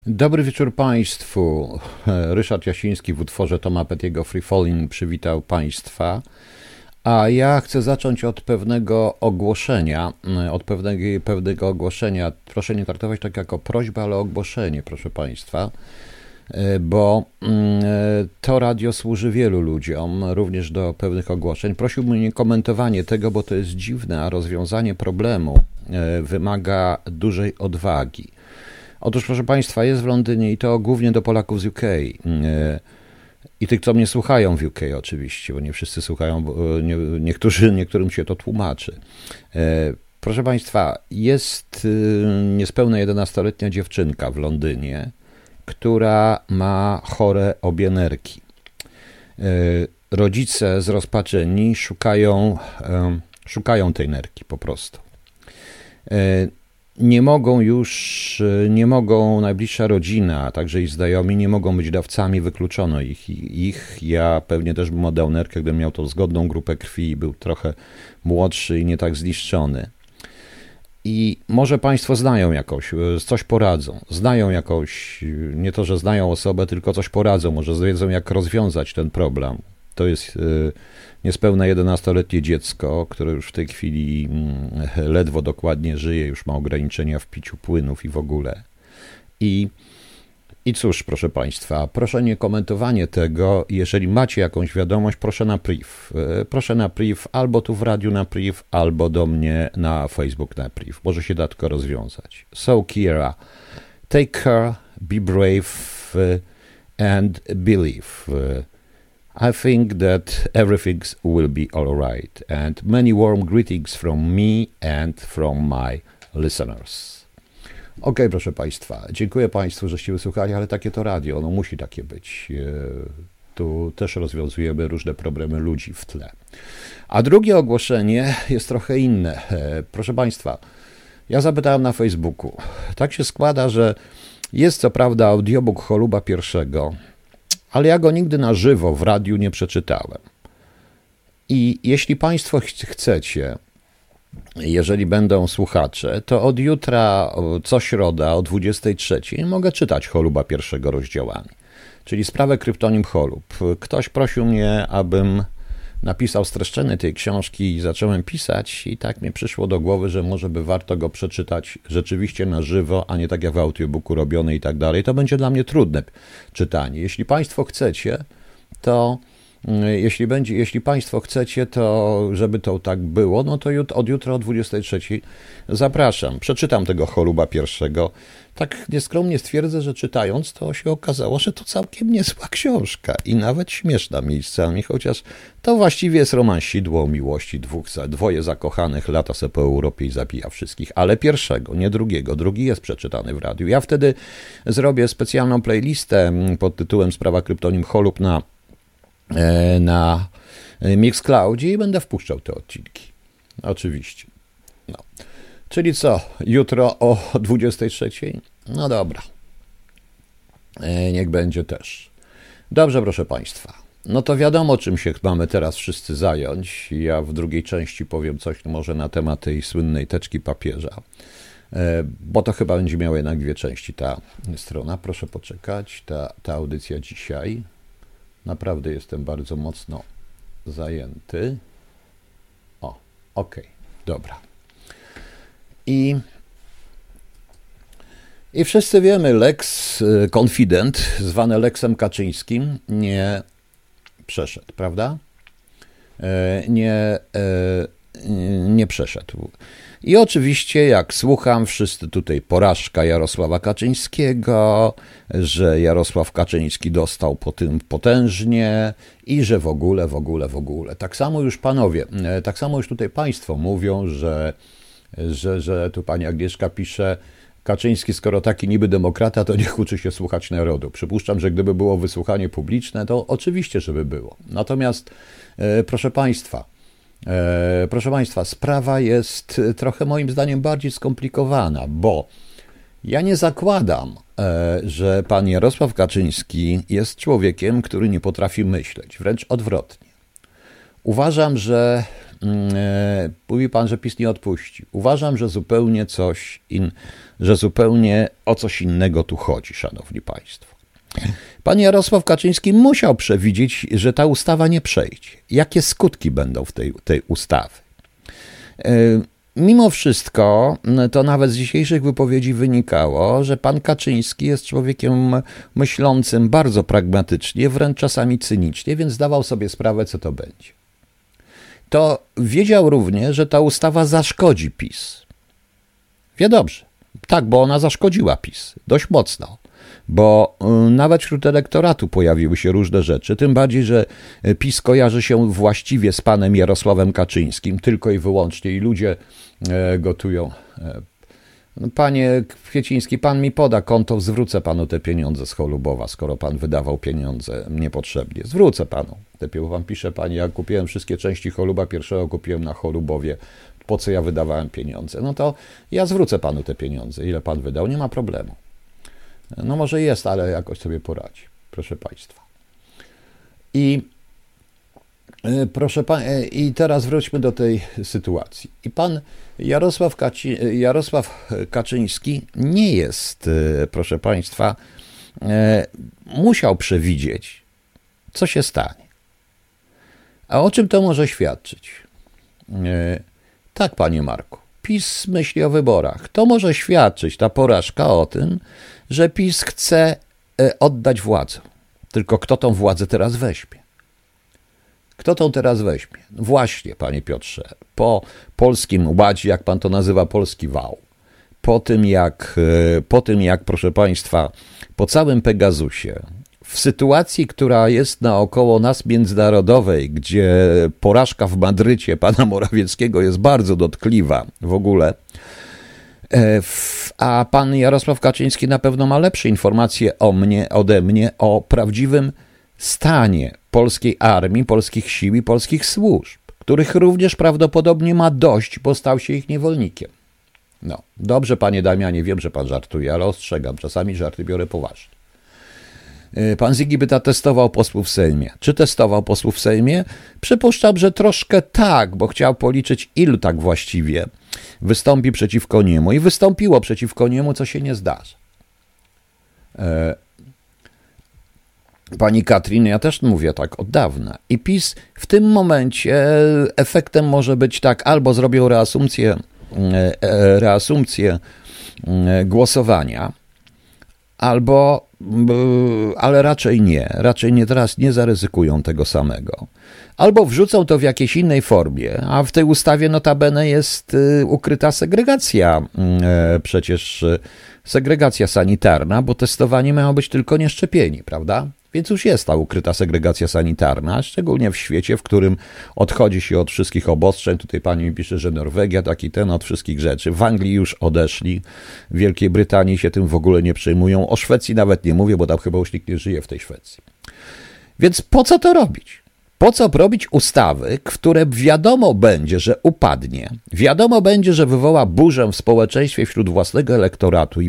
Dobry wieczór Państwu. Ryszard Jasiński w utworze Toma Petty'ego Free Falling przywitał Państwa. A ja chcę zacząć od pewnego ogłoszenia. Proszę nie traktować tak jako prośbę, ale ogłoszenie, proszę Państwa. Bo to radio służy wielu ludziom, również do pewnych ogłoszeń. Prosiłbym o niekomentowanie tego, bo to jest dziwne, a rozwiązanie problemu wymaga dużej odwagi. Otóż, proszę Państwa, jest w Londynie i to głównie do Polaków z UK i tych, co mnie słuchają w UK oczywiście, bo nie wszyscy słuchają, bo niektórym się to tłumaczy. Proszę Państwa, jest niespełna 11-letnia dziewczynka w Londynie, która ma chore obie nerki. Rodzice zrozpaczeni szukają tej nerki po prostu. Nie mogą, najbliższa rodzina, a także i znajomi nie mogą być dawcami, wykluczono ich. Ja pewnie też bym oddał nerkę, gdybym miał tą zgodną grupę krwi i był trochę młodszy i nie tak zniszczony. I może Państwo znają jakoś, coś poradzą, znają jakąś, nie to, że znają osobę, tylko coś poradzą, może wiedzą, jak rozwiązać ten problem. To jest niespełna 11-letnie dziecko, które już w tej chwili ledwo dokładnie żyje, już ma ograniczenia w piciu płynów i w ogóle. I cóż, proszę Państwa, proszę nie komentowanie tego. Jeżeli macie jakąś wiadomość, proszę na priv. Proszę na priv, albo tu w radiu na priv, albo do mnie na Facebook na priv. Może się da tylko rozwiązać. So, Kira, take care, be brave and believe. I think that everything will be all right. And many warm greetings from me and from my listeners. Okej, proszę Państwa, dziękuję Państwu, żeście wysłuchali, ale takie to radio, no musi takie być. Tu też rozwiązujemy różne problemy ludzi w tle. A drugie ogłoszenie jest trochę inne. Proszę Państwa, ja zapytałem na Facebooku. Tak się składa, że jest co prawda audiobook Choluba I, ale ja go nigdy na żywo w radiu nie przeczytałem. I jeśli Państwo chcecie, jeżeli będą słuchacze, to od jutra, co środa o 23:00 mogę czytać Choluba I rozdziałami, czyli sprawę kryptonim Cholub. Ktoś prosił mnie, abym napisał streszczenie tej książki i zacząłem pisać i tak mi przyszło do głowy, że może by warto go przeczytać rzeczywiście na żywo, a nie tak jak w audiobooku robione i tak dalej. To będzie dla mnie trudne czytanie. Jeśli Państwo chcecie, to jeśli Państwo chcecie, to żeby to tak było, no to od jutra o 23:00 zapraszam. Przeczytam tego Choluba I. Tak nieskromnie stwierdzę, że czytając to się okazało, że to całkiem niezła książka i nawet śmieszna miejscami, chociaż to właściwie jest romansidło o miłości dwoje zakochanych lata se po Europie i zabija wszystkich, ale pierwszego, nie drugiego. Drugi jest przeczytany w radiu. Ja wtedy zrobię specjalną playlistę pod tytułem Sprawa kryptonim Cholub na Mixcloudzie i będę wpuszczał te odcinki. Oczywiście. No. Czyli co? Jutro o 23:00? No dobra. Niech będzie też. Dobrze, proszę Państwa. No to wiadomo, czym się mamy teraz wszyscy zająć. Ja w drugiej części powiem coś może na temat tej słynnej teczki papieża, bo to chyba będzie miało jednak dwie części ta strona. Proszę poczekać. Ta audycja dzisiaj. Naprawdę jestem bardzo mocno zajęty. O, okej, dobra. I wszyscy wiemy, Lex Confident, zwany Lexem Kaczyńskim, nie przeszedł, prawda? Nie przeszedł. I oczywiście, jak słucham, wszyscy tutaj porażka Jarosława Kaczyńskiego, że Jarosław Kaczyński dostał po tym potężnie i że w ogóle. Tak samo już panowie, tak samo już tutaj państwo mówią, że tu pani Agnieszka pisze, Kaczyński, skoro taki niby demokrata, to niech uczy się słuchać narodu. Przypuszczam, że gdyby było wysłuchanie publiczne, to oczywiście, żeby było. Natomiast, proszę Państwa, sprawa jest trochę moim zdaniem bardziej skomplikowana, bo ja nie zakładam, że pan Jarosław Kaczyński jest człowiekiem, który nie potrafi myśleć, wręcz odwrotnie. Uważam, że mówi pan, że PiS nie odpuści. Uważam, że zupełnie o coś innego tu chodzi, szanowni państwo. Pan Jarosław Kaczyński musiał przewidzieć, że ta ustawa nie przejdzie. Jakie skutki będą w tej ustawy? Mimo wszystko, to nawet z dzisiejszych wypowiedzi wynikało, że pan Kaczyński jest człowiekiem myślącym bardzo pragmatycznie, wręcz czasami cynicznie, więc zdawał sobie sprawę, co to będzie. To wiedział również, że ta ustawa zaszkodzi PiS. Wie dobrze. Tak, bo ona zaszkodziła PiS dość mocno. Bo nawet wśród elektoratu pojawiły się różne rzeczy, tym bardziej, że PiS kojarzy się właściwie z panem Jarosławem Kaczyńskim, tylko i wyłącznie, i ludzie gotują. Panie Kwieciński, pan mi poda konto, zwrócę panu te pieniądze z Cholubowa, skoro pan wydawał pieniądze niepotrzebnie. Zwrócę panu. Lepiej pan pisze, pani, ja kupiłem wszystkie części Choluba, pierwszego kupiłem na Cholubowie, po co ja wydawałem pieniądze? No to ja zwrócę panu te pieniądze, ile pan wydał, nie ma problemu. No może jest, ale jakoś sobie poradzi, proszę państwa. I teraz wróćmy do tej sytuacji. I pan Jarosław Kaczyński nie jest, proszę państwa, musiał przewidzieć, co się stanie. A o czym to może świadczyć? Tak, panie Marku, PiS myśli o wyborach. To może świadczyć, ta porażka, o tym, że PiS chce oddać władzę. Tylko kto tą władzę teraz weźmie? Kto tą teraz weźmie? Właśnie, panie Piotrze, po polskim ładzie, jak pan to nazywa, polski wał, po tym jak, proszę państwa, po całym Pegasusie, w sytuacji, która jest naokoło nas międzynarodowej, gdzie porażka w Madrycie pana Morawieckiego jest bardzo dotkliwa w ogóle, a pan Jarosław Kaczyński na pewno ma lepsze informacje ode mnie o prawdziwym stanie polskiej armii, polskich sił i polskich służb, których również prawdopodobnie ma dość, bo stał się ich niewolnikiem. No, dobrze, panie Damianie, wiem, że pan żartuje, ale ostrzegam, czasami żarty biorę poważnie. Pan Zigibyta testował posłów w Sejmie. Czy testował posłów w Sejmie? Przypuszczam, że troszkę tak, bo chciał policzyć, ilu tak właściwie wystąpi przeciwko niemu. I wystąpiło przeciwko niemu, co się nie zdarza. Pani Katrin, ja też mówię tak od dawna. I PiS w tym momencie efektem może być tak, albo zrobią reasumpcję głosowania, ale raczej nie, teraz nie zaryzykują tego samego. Albo wrzucą to w jakiejś innej formie, a w tej ustawie notabene jest ukryta segregacja, przecież segregacja sanitarna, bo testowani mają być tylko nieszczepieni, prawda? Więc już jest ta ukryta segregacja sanitarna, szczególnie w świecie, w którym odchodzi się od wszystkich obostrzeń. Tutaj pani mi pisze, że Norwegia, od wszystkich rzeczy. W Anglii już odeszli, w Wielkiej Brytanii się tym w ogóle nie przejmują. O Szwecji nawet nie mówię, bo tam chyba już nikt nie żyje w tej Szwecji. Więc po co to robić? Po co robić ustawy, które wiadomo będzie, że upadnie, wiadomo będzie, że wywoła burzę w społeczeństwie wśród własnego elektoratu i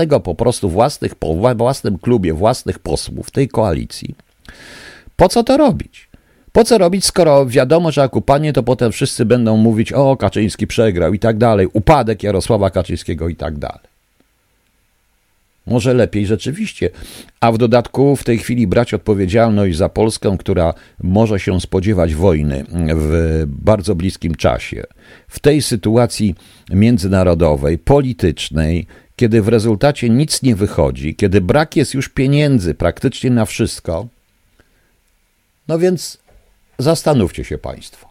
własnym klubie własnych posłów tej koalicji? Po co to robić? Po co robić, skoro wiadomo, że jak upadnie, to potem wszyscy będą mówić, o, Kaczyński przegrał i tak dalej, upadek Jarosława Kaczyńskiego i tak dalej. Może lepiej rzeczywiście, a w dodatku w tej chwili brać odpowiedzialność za Polskę, która może się spodziewać wojny w bardzo bliskim czasie. W tej sytuacji międzynarodowej, politycznej, kiedy w rezultacie nic nie wychodzi, kiedy brak jest już pieniędzy praktycznie na wszystko, no więc zastanówcie się państwo.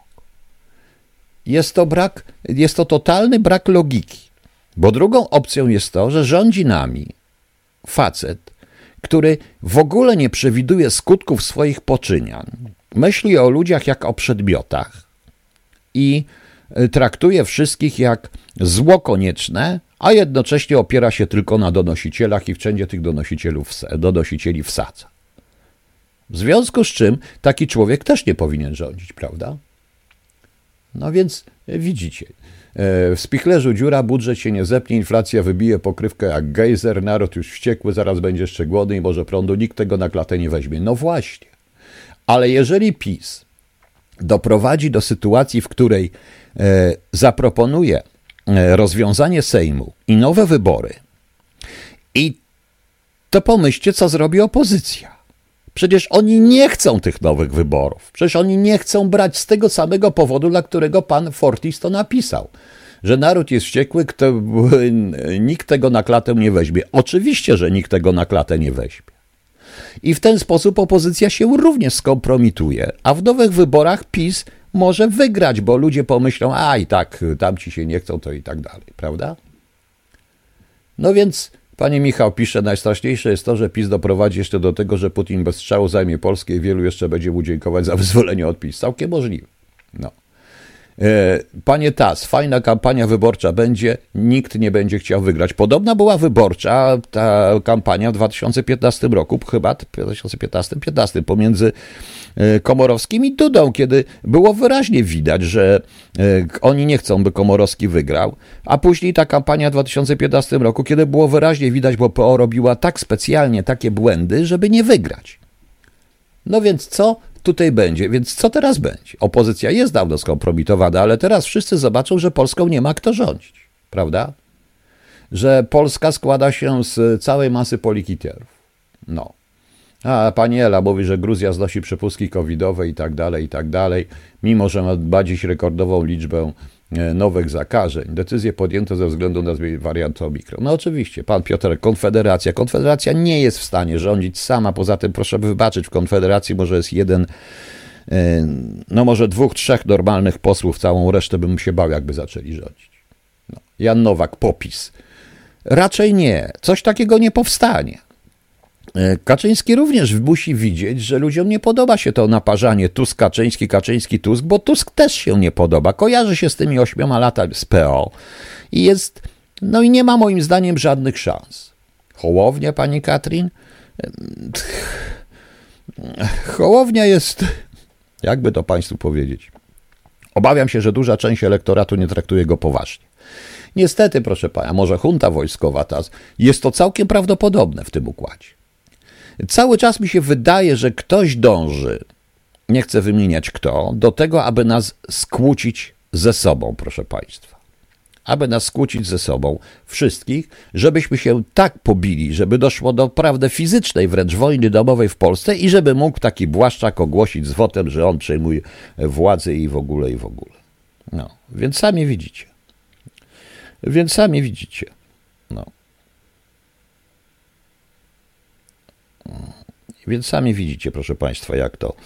Jest to totalny brak logiki, bo drugą opcją jest to, że rządzi nami facet, który w ogóle nie przewiduje skutków swoich poczynań, myśli o ludziach jak o przedmiotach i traktuje wszystkich jak zło konieczne, a jednocześnie opiera się tylko na donosicielach i wszędzie tych donosicieli wsadza. W związku z czym taki człowiek też nie powinien rządzić, prawda? No więc widzicie, w spichlerzu dziura, budżet się nie zepnie, inflacja wybije pokrywkę jak gejzer, naród już wściekły, zaraz będzie jeszcze głodny i może prądu, nikt tego na klatę nie weźmie. No właśnie, ale jeżeli PiS doprowadzi do sytuacji, w której zaproponuje rozwiązanie Sejmu i nowe wybory, i to pomyślcie, co zrobi opozycja. Przecież oni nie chcą tych nowych wyborów. Przecież oni nie chcą brać z tego samego powodu, dla którego pan Fortis to napisał. Że naród jest wściekły, nikt tego na klatę nie weźmie. Oczywiście, że nikt tego na klatę nie weźmie. I w ten sposób opozycja się również skompromituje, a w nowych wyborach PiS może wygrać, bo ludzie pomyślą, a i tak tamci się nie chcą, to i tak dalej, prawda? No więc pani Michał pisze, najstraszniejsze jest to, że PiS doprowadzi jeszcze do tego, że Putin bez strzału zajmie Polskę i wielu jeszcze będzie mu dziękować za wyzwolenie od PiS. Całkiem możliwe. No. Panie Tas, fajna kampania wyborcza będzie, nikt nie będzie chciał wygrać. Podobna była wyborcza ta kampania w 2015 roku, chyba 2015 pomiędzy Komorowskim i Dudą, kiedy było wyraźnie widać, że oni nie chcą, by Komorowski wygrał, a później ta kampania w 2015 roku, kiedy było wyraźnie widać, bo PO robiła tak specjalnie takie błędy, żeby nie wygrać. No więc co tutaj będzie? Więc co teraz będzie? Opozycja jest dawno skompromitowana, ale teraz wszyscy zobaczą, że Polską nie ma kto rządzić, prawda? Że Polska składa się z całej masy polikitierów. No. A pani Ela mówi, że Gruzja znosi przepustki covidowe i tak dalej, mimo że ma dziś rekordową liczbę nowych zakażeń. Decyzje podjęte ze względu na wariant Omikron. No oczywiście, pan Piotr, Konfederacja nie jest w stanie rządzić sama, poza tym proszę wybaczyć, w Konfederacji może jest jeden, no może 2-3 normalnych posłów, całą resztę bym się bał, jakby zaczęli rządzić. No. Jan Nowak, PO-PiS. Raczej nie, coś takiego nie powstanie. Kaczyński również musi widzieć, że ludziom nie podoba się to naparzanie Tusk-Kaczyński, Kaczyński-Tusk, bo Tusk też się nie podoba. Kojarzy się z tymi 8 latami z PO i jest, no i nie ma moim zdaniem żadnych szans. Hołownia, pani Katrin? Hołownia jest, jakby to państwu powiedzieć, obawiam się, że duża część elektoratu nie traktuje go poważnie. Niestety, proszę pana, może junta wojskowa, jest to całkiem prawdopodobne w tym układzie. Cały czas mi się wydaje, że ktoś dąży, nie chcę wymieniać kto, do tego, aby nas skłócić ze sobą, proszę państwa. Aby nas skłócić ze sobą wszystkich, żebyśmy się tak pobili, żeby doszło do prawdy fizycznej wręcz wojny domowej w Polsce i żeby mógł taki Błaszczak ogłosić z wotem, że on przejmuje władzę i w ogóle, i w ogóle. No, więc sami widzicie. No. Więc sami widzicie, proszę państwa,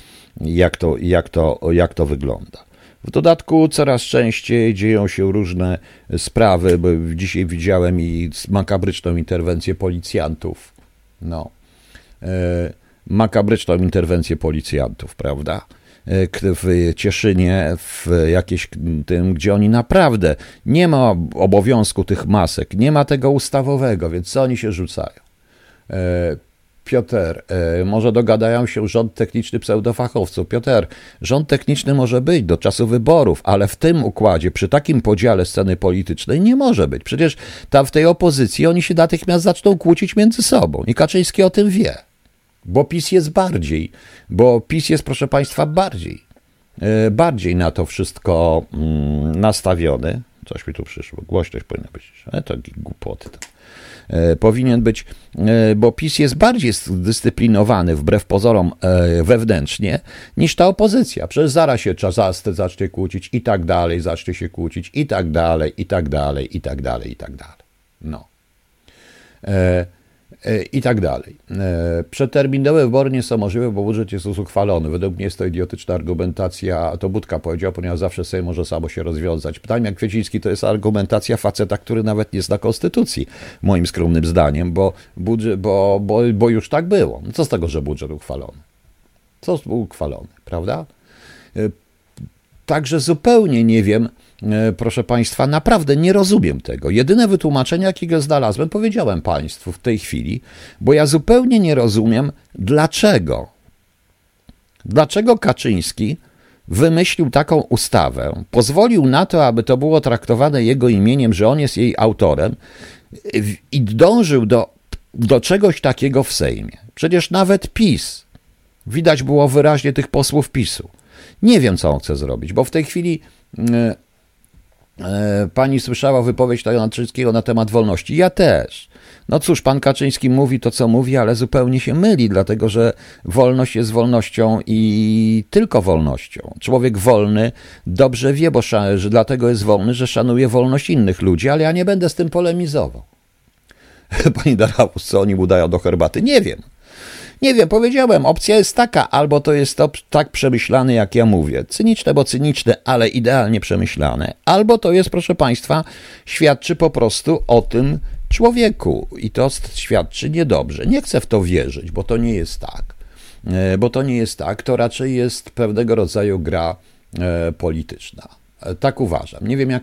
jak to wygląda. W dodatku coraz częściej dzieją się różne sprawy, bo dzisiaj widziałem i makabryczną interwencję policjantów. No. Makabryczną interwencję policjantów, prawda? W Cieszynie, w jakieś tym, gdzie oni naprawdę nie ma obowiązku tych masek, nie ma tego ustawowego, więc co oni się rzucają? Piotr, może dogadają się rząd techniczny pseudofachowców. Piotr, rząd techniczny może być do czasu wyborów, ale w tym układzie, przy takim podziale sceny politycznej nie może być. Przecież tam w tej opozycji oni się natychmiast zaczną kłócić między sobą i Kaczyński o tym wie. Bo PiS jest, proszę państwa, bardziej na to wszystko nastawiony. Coś mi tu przyszło, głośność powinna być. To głupoty to. Powinien być, bo PiS jest bardziej zdyscyplinowany wbrew pozorom wewnętrznie niż ta opozycja. Przecież zaraz się zacznie kłócić i tak dalej, zacznie się kłócić i tak dalej, i tak dalej, i tak dalej, i tak dalej. No. I tak dalej. Przeterminowe wybory nie są możliwe, bo budżet jest uchwalony. Według mnie jest to idiotyczna argumentacja, to Budka powiedział, ponieważ zawsze Sejm może samo się rozwiązać. Pytanie jak Kwieciński to jest argumentacja faceta, który nawet nie zna konstytucji, moim skromnym zdaniem, bo już tak było. Co z tego, że budżet uchwalony? Co uchwalony, prawda? Także zupełnie nie wiem, proszę państwa, naprawdę nie rozumiem tego. Jedyne wytłumaczenie, jakiego znalazłem, powiedziałem państwu w tej chwili, bo ja zupełnie nie rozumiem, dlaczego Kaczyński wymyślił taką ustawę, pozwolił na to, aby to było traktowane jego imieniem, że on jest jej autorem i dążył do czegoś takiego w Sejmie. Przecież nawet PiS, widać było wyraźnie tych posłów PiS-u, Nie wiem, co on chce zrobić, bo w tej chwili pani słyszała wypowiedź Kaczyńskiego na temat wolności. Ja też. No cóż, pan Kaczyński mówi to, co mówi, ale zupełnie się myli, dlatego że wolność jest wolnością i tylko wolnością. Człowiek wolny dobrze wie, że dlatego jest wolny, że szanuje wolność innych ludzi, ale ja nie będę z tym polemizował. Pani Daraus, co oni mu dają do herbaty? Nie wiem. Nie wiem, powiedziałem, opcja jest taka, albo to jest to tak przemyślane, jak ja mówię, cyniczne, bo cyniczne, ale idealnie przemyślane, albo to jest, proszę państwa, świadczy po prostu o tym człowieku i to świadczy niedobrze. Nie chcę w to wierzyć, bo to nie jest tak. To raczej jest pewnego rodzaju gra polityczna. Tak uważam. Nie wiem, jak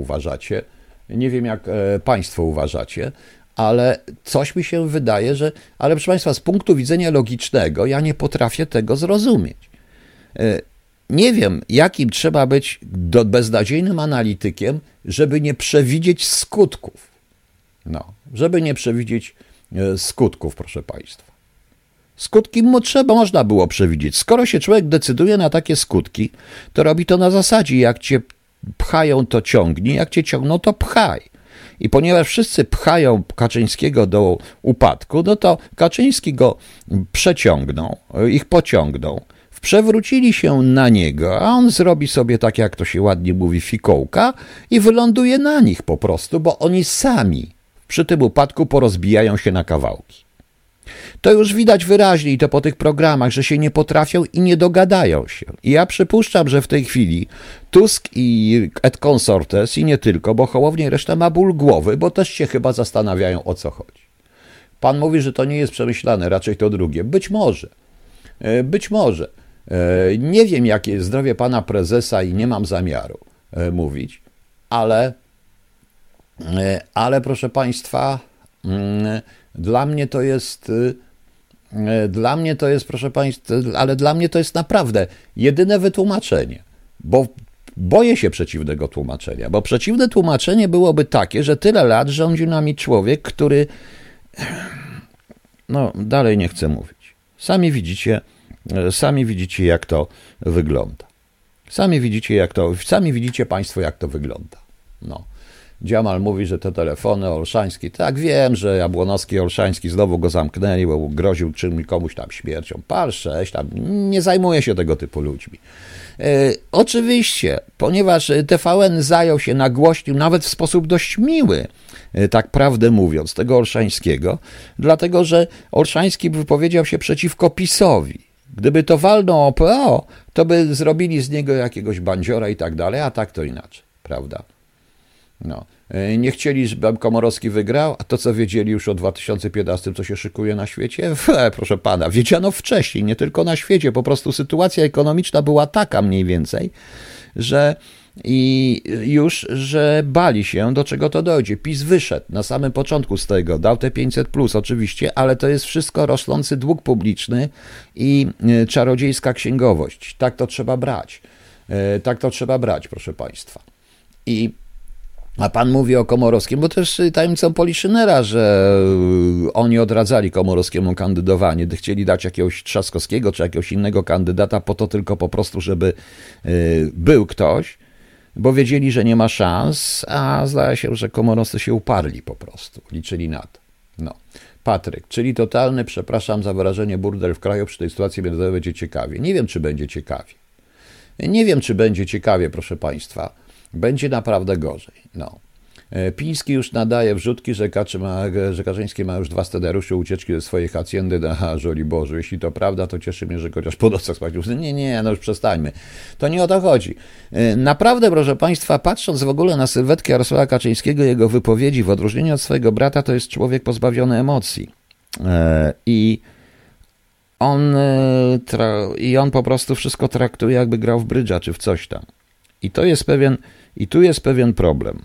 państwo uważacie, ale coś mi się wydaje, ale proszę państwa, z punktu widzenia logicznego ja nie potrafię tego zrozumieć. Nie wiem, jakim trzeba być beznadziejnym analitykiem, żeby nie przewidzieć skutków. Żeby nie przewidzieć skutków, proszę państwa. Skutki można było przewidzieć. Skoro się człowiek decyduje na takie skutki, to robi to na zasadzie, jak cię pchają, to ciągnij, jak cię ciągną, to pchaj. I ponieważ wszyscy pchają Kaczyńskiego do upadku, no to Kaczyński go pociągną, przewrócili się na niego, a on zrobi sobie tak, jak to się ładnie mówi, fikołka i wyląduje na nich po prostu, bo oni sami przy tym upadku porozbijają się na kawałki. To już widać wyraźnie i to po tych programach, że się nie potrafią i nie dogadają się. I ja przypuszczam, że w tej chwili Tusk i et consortes i nie tylko, bo Hołownia i reszta ma ból głowy, bo też się chyba zastanawiają, o co chodzi. Pan mówi, że to nie jest przemyślane, raczej to drugie. Być może. Nie wiem, jakie jest zdrowie pana prezesa i nie mam zamiaru mówić, ale proszę państwa, dla mnie to jest, proszę państwa, ale dla mnie to jest naprawdę jedyne wytłumaczenie, bo boję się przeciwnego tłumaczenia, bo przeciwne tłumaczenie byłoby takie, że tyle lat rządził nami człowiek, który, dalej nie chcę mówić. Sami widzicie, jak to wygląda. Sami widzicie państwo, jak to wygląda. Dziamal mówi, że te telefony, Olszański, tak wiem, że Jabłonowski i Olszański znowu go zamknęli, bo groził komuś tam śmiercią. Pal 6, tam nie zajmuje się tego typu ludźmi. Oczywiście, ponieważ TVN zajął się, nagłośnił, nawet w sposób dość miły, tak prawdę mówiąc, tego Olszańskiego, dlatego, że Olszański wypowiedział się przeciwko PiS-owi. Gdyby to walnął o PO, to by zrobili z niego jakiegoś bandziora i tak dalej, a tak to inaczej, prawda? Nie chcieli, żeby Komorowski wygrał, a to, co wiedzieli już o 2015, co się szykuje na świecie? Proszę pana, wiedziano wcześniej, nie tylko na świecie, po prostu sytuacja ekonomiczna była taka mniej więcej, że bali się, do czego to dojdzie. PiS wyszedł na samym początku z tego, dał te 500+, oczywiście, ale to jest wszystko rosnący dług publiczny i czarodziejska księgowość. Tak to trzeba brać, proszę państwa. A pan mówi o Komorowskim, bo też tajemnicą Poliszynela, że oni odradzali Komorowskiemu kandydowanie, gdy chcieli dać jakiegoś Trzaskowskiego czy jakiegoś innego kandydata po to tylko po prostu, żeby był ktoś, bo wiedzieli, że nie ma szans, a zdaje się, że Komorowscy się uparli po prostu, liczyli na to. Patryk, czyli totalny, przepraszam za wyrażenie, burdel w kraju, przy tej sytuacji będzie ciekawie. Nie wiem, czy będzie ciekawie, proszę państwa. Będzie naprawdę gorzej. Piński już nadaje wrzutki, że Kaczyński ma już 2 scenariusze ucieczki ze swojej hacjendy na Żoliborzu. Jeśli to prawda, to cieszy mnie, że chociaż po nocach spać. Nie, już przestańmy. To nie o to chodzi. Naprawdę, proszę państwa, patrząc w ogóle na sylwetkę Jarosława Kaczyńskiego, jego wypowiedzi, w odróżnieniu od swojego brata, to jest człowiek pozbawiony emocji. I on po prostu wszystko traktuje, jakby grał w brydża czy w coś tam. I tu jest pewien problem.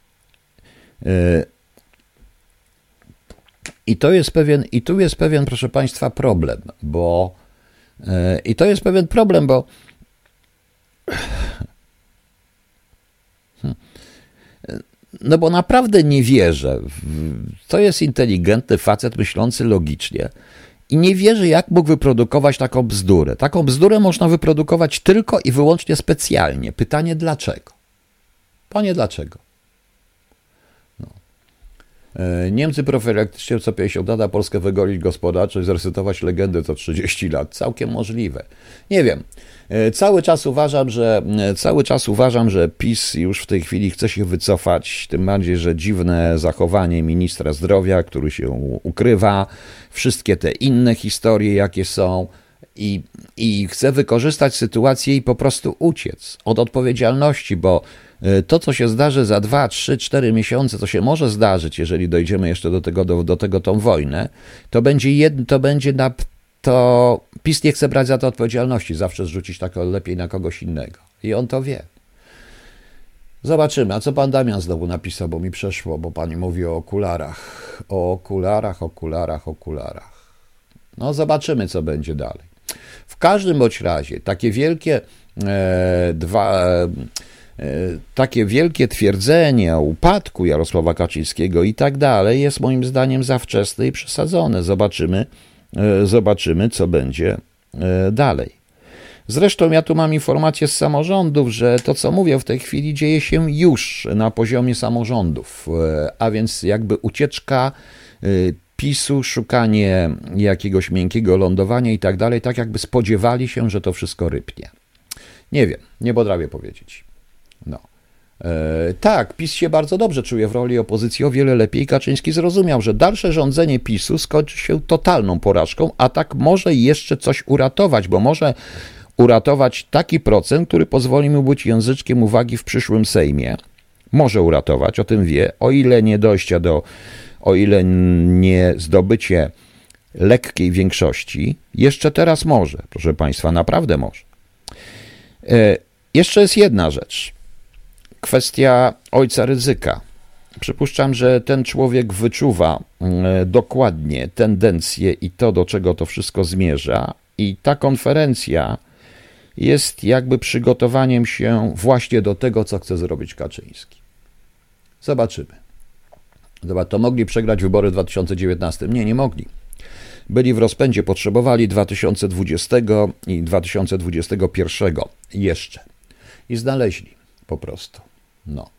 I tu jest pewien, proszę państwa, problem, bo bo naprawdę nie wierzę. To jest inteligentny facet myślący logicznie I nie wierzę, jak mógł wyprodukować taką bzdurę. Taką bzdurę można wyprodukować tylko i wyłącznie specjalnie. Pytanie dlaczego? Panie, dlaczego? No. Niemcy profilaktycznie co 50 lat, a Polskę wygolić gospodarczo i zresetować legendę co 30 lat. Całkiem możliwe. Nie wiem. Cały czas uważam, że PiS już w tej chwili chce się wycofać, tym bardziej, że dziwne zachowanie ministra zdrowia, który się ukrywa, wszystkie te inne historie, jakie są i chce wykorzystać sytuację i po prostu uciec od odpowiedzialności, bo to, co się zdarzy za 2, 3, 4 miesiące, to się może zdarzyć, jeżeli dojdziemy jeszcze do tego tą wojnę, to PiS nie chce brać za to odpowiedzialności, zawsze zrzucić tak lepiej na kogoś innego. I on to wie. Zobaczymy. A co pan Damian znowu napisał, bo mi przeszło, bo pani mówi o okularach. O okularach. No zobaczymy, co będzie dalej. W każdym bądź razie takie wielkie twierdzenie o upadku Jarosława Kaczyńskiego i tak dalej jest moim zdaniem za wczesne i przesadzone. Zobaczymy, co będzie dalej. Zresztą ja tu mam informację z samorządów, że to, co mówię w tej chwili, dzieje się już na poziomie samorządów, a więc jakby ucieczka PiS-u, szukanie jakiegoś miękkiego lądowania i tak dalej, tak jakby spodziewali się, że to wszystko rypnie. Nie wiem, nie potrafię powiedzieć. No. Tak, PiS się bardzo dobrze czuje w roli opozycji, o wiele lepiej. Kaczyński zrozumiał, że dalsze rządzenie PiS-u skończy się totalną porażką, a tak może jeszcze coś uratować, bo może uratować taki procent, który pozwoli mu być języczkiem uwagi w przyszłym Sejmie. Może uratować, o tym wie, o ile nie zdobycie lekkiej większości, jeszcze teraz może, proszę Państwa, naprawdę może. Jeszcze jest jedna rzecz. Kwestia ojca Rydzyka. Przypuszczam, że ten człowiek wyczuwa dokładnie tendencje i to, do czego to wszystko zmierza, i ta konferencja jest jakby przygotowaniem się właśnie do tego, co chce zrobić Kaczyński. Zobaczymy. To mogli przegrać wybory w 2019. Nie mogli. Byli w rozpędzie, potrzebowali 2020 i 2021 jeszcze. I znaleźli po prostu. No.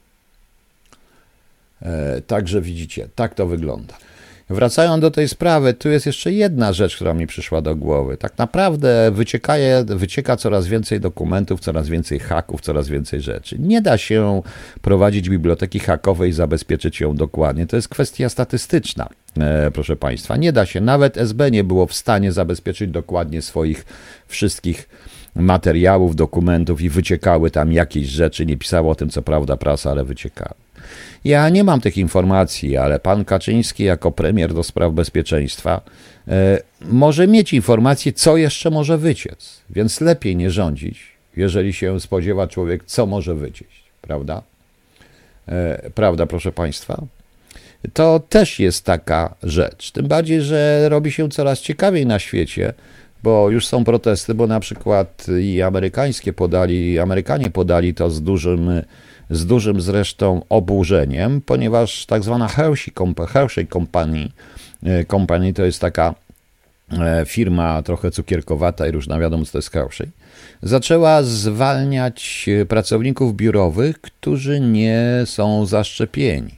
Także widzicie, tak to wygląda. Wracając do tej sprawy, tu jest jeszcze jedna rzecz, która mi przyszła do głowy. Tak naprawdę wycieka coraz więcej dokumentów, coraz więcej haków, coraz więcej rzeczy. Nie da się prowadzić biblioteki hakowej i zabezpieczyć ją dokładnie. To jest kwestia statystyczna, proszę Państwa. Nie da się. Nawet SB nie było w stanie zabezpieczyć dokładnie swoich wszystkich materiałów, dokumentów i wyciekały tam jakieś rzeczy. Nie pisało o tym, co prawda, prasa, ale wyciekały. Ja nie mam tych informacji, ale pan Kaczyński jako premier do spraw bezpieczeństwa może mieć informacje, co jeszcze może wyciec, więc lepiej nie rządzić, jeżeli się spodziewa człowiek, co może wyciec, prawda? Prawda, proszę Państwa? To też jest taka rzecz, tym bardziej, że robi się coraz ciekawiej na świecie, bo już są protesty, bo na przykład i Amerykanie podali to z dużym zresztą oburzeniem, ponieważ tak zwana Hershey Company to jest taka firma trochę cukierkowata i różna, wiadomo co to jest Hershey, zaczęła zwalniać pracowników biurowych, którzy nie są zaszczepieni.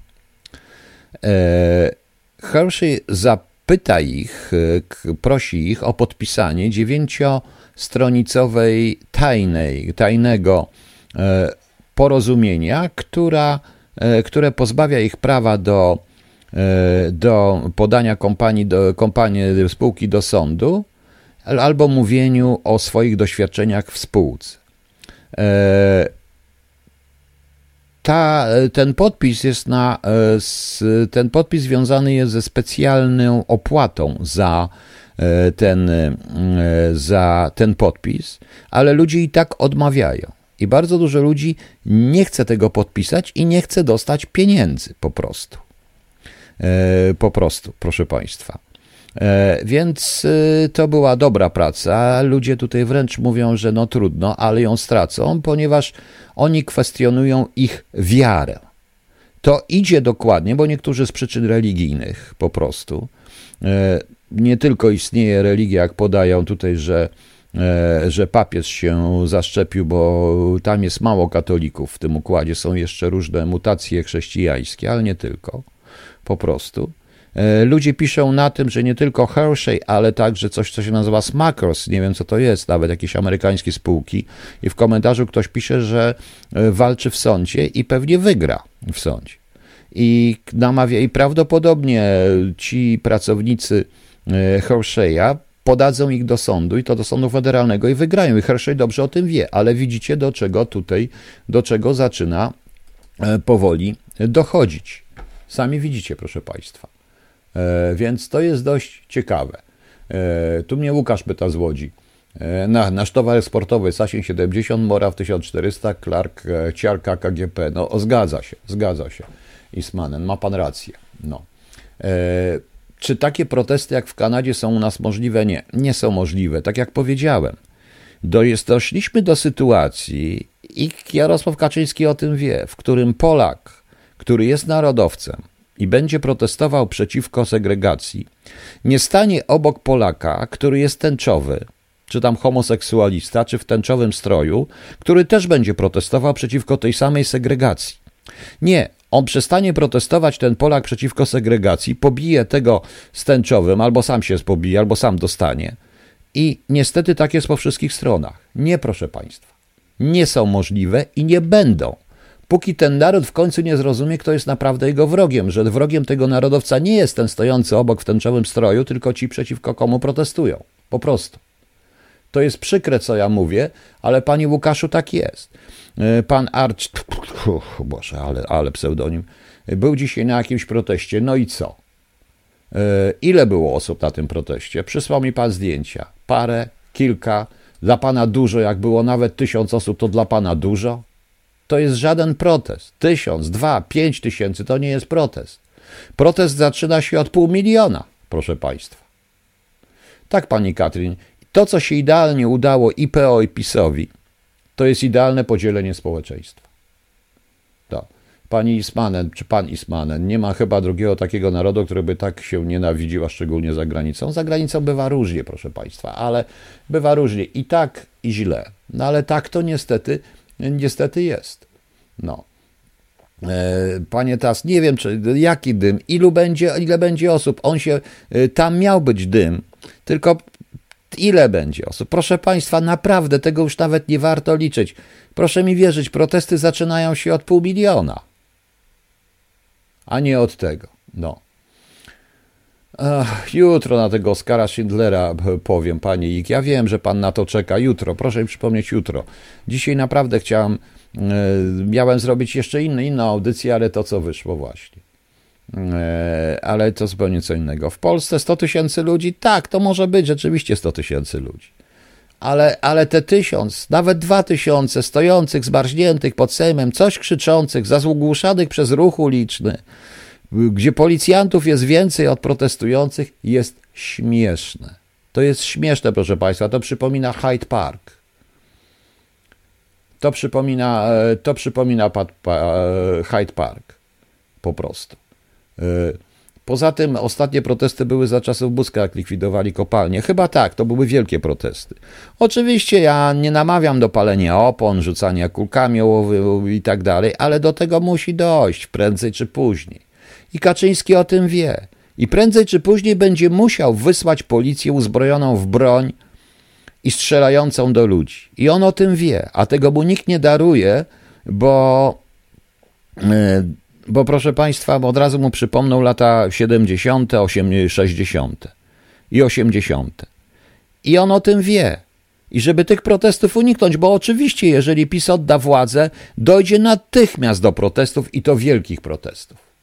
Hershey prosi ich o podpisanie 9-stronicowej tajnego porozumienia, które pozbawia ich prawa do podania spółki do sądu albo mówieniu o swoich doświadczeniach w spółce. Ten podpis związany jest ze specjalną opłatą za ten podpis, ale ludzie i tak odmawiają. I bardzo dużo ludzi nie chce tego podpisać i nie chce dostać pieniędzy po prostu. Proszę Państwa. Więc to była dobra praca. Ludzie tutaj wręcz mówią, że no trudno, ale ją stracą, ponieważ oni kwestionują ich wiarę. To idzie dokładnie, bo niektórzy z przyczyn religijnych po prostu nie tylko istnieje religia, jak podają tutaj, że papież się zaszczepił, bo tam jest mało katolików w tym układzie, są jeszcze różne mutacje chrześcijańskie, ale nie tylko, po prostu. Ludzie piszą na tym, że nie tylko Hershey, ale także coś, co się nazywa Smuckers, nie wiem co to jest, nawet jakieś amerykańskie spółki, i w komentarzu ktoś pisze, że walczy w sądzie i pewnie wygra w sądzie. I namawia, i prawdopodobnie ci pracownicy Hershey'a podadzą ich do sądu, i to do sądu federalnego, i wygrają. I Hershey dobrze o tym wie, ale widzicie, do czego zaczyna powoli dochodzić. Sami widzicie, proszę Państwa. Więc to jest dość ciekawe. Tu mnie Łukasz pyta z Łodzi. Nasz towar sportowy Sasin 70, Moraw 1400, Clark, Ciarka, KGP. No, zgadza się. Ismanen, ma pan rację. No. Czy takie protesty jak w Kanadzie są u nas możliwe? Nie, nie są możliwe. Tak jak powiedziałem, doszliśmy do sytuacji, i Jarosław Kaczyński o tym wie, w którym Polak, który jest narodowcem i będzie protestował przeciwko segregacji, nie stanie obok Polaka, który jest tęczowy, czy tam homoseksualista, czy w tęczowym stroju, który też będzie protestował przeciwko tej samej segregacji. Nie, on przestanie protestować, ten Polak, przeciwko segregacji, pobije tego z tęczowym, albo sam się pobije, albo sam dostanie. I niestety tak jest po wszystkich stronach. Nie, proszę Państwa. Nie są możliwe i nie będą. Póki ten naród w końcu nie zrozumie, kto jest naprawdę jego wrogiem, że wrogiem tego narodowca nie jest ten stojący obok w tęczowym stroju, tylko ci, przeciwko komu protestują. Po prostu. To jest przykre, co ja mówię, ale panie Łukaszu, tak jest. Pan Boże, ale pseudonim, był dzisiaj na jakimś proteście, no i co? Ile było osób na tym proteście? Przysłał mi pan zdjęcia. Parę, kilka, dla pana dużo, jak było nawet 1000 osób, to dla pana dużo? To jest żaden protest. 1000, 2, 5000 to nie jest protest. Protest zaczyna się od 500 000, proszę państwa. Tak, pani Katrin, to, co się idealnie udało i PO, i PiS-owi, to jest idealne podzielenie społeczeństwa. To. Pani Ismanen, czy pan Ismanen, nie ma chyba drugiego takiego narodu, który by tak się nienawidził, a szczególnie za granicą. Za granicą bywa różnie, proszę państwa, ale bywa różnie i tak, i źle. No ale tak to niestety jest. No. Panie Tas, nie wiem, jaki dym, ile będzie osób. Tam miał być dym, tylko ile będzie osób? Proszę państwa, naprawdę tego już nawet nie warto liczyć. Proszę mi wierzyć, protesty zaczynają się od 500 000, a nie od tego. No. Jutro na tego Oskara Schindlera powiem, panie Ik. Ja wiem, że pan na to czeka. Jutro, proszę mi przypomnieć jutro. Dzisiaj naprawdę miałem zrobić jeszcze inną audycję, ale to co wyszło właśnie. Ale to zupełnie co innego. W Polsce 100 000 ludzi? Tak, to może być rzeczywiście 100 000 ludzi. Ale te 1000, nawet 2000 stojących, zmarzniętych pod Sejmem, coś krzyczących, zagłuszanych przez ruch uliczny, gdzie policjantów jest więcej od protestujących, jest śmieszne. To jest śmieszne, proszę państwa. To przypomina Hyde Park. To przypomina Hyde Park. Po prostu. Poza tym ostatnie protesty były za czasów Buzka, jak likwidowali kopalnie. Chyba tak, to były wielkie protesty. Oczywiście ja nie namawiam do palenia opon, rzucania kulkami ołowowymi i tak dalej, ale do tego musi dojść prędzej czy później. I Kaczyński o tym wie. I prędzej czy później będzie musiał wysłać policję uzbrojoną w broń i strzelającą do ludzi. I on o tym wie, a tego mu nikt nie daruje, bo proszę państwa, od razu mu przypomną lata 70., 60. i 80. I on o tym wie. I żeby tych protestów uniknąć, bo oczywiście, jeżeli PiS odda władzę, dojdzie natychmiast do protestów i to wielkich protestów.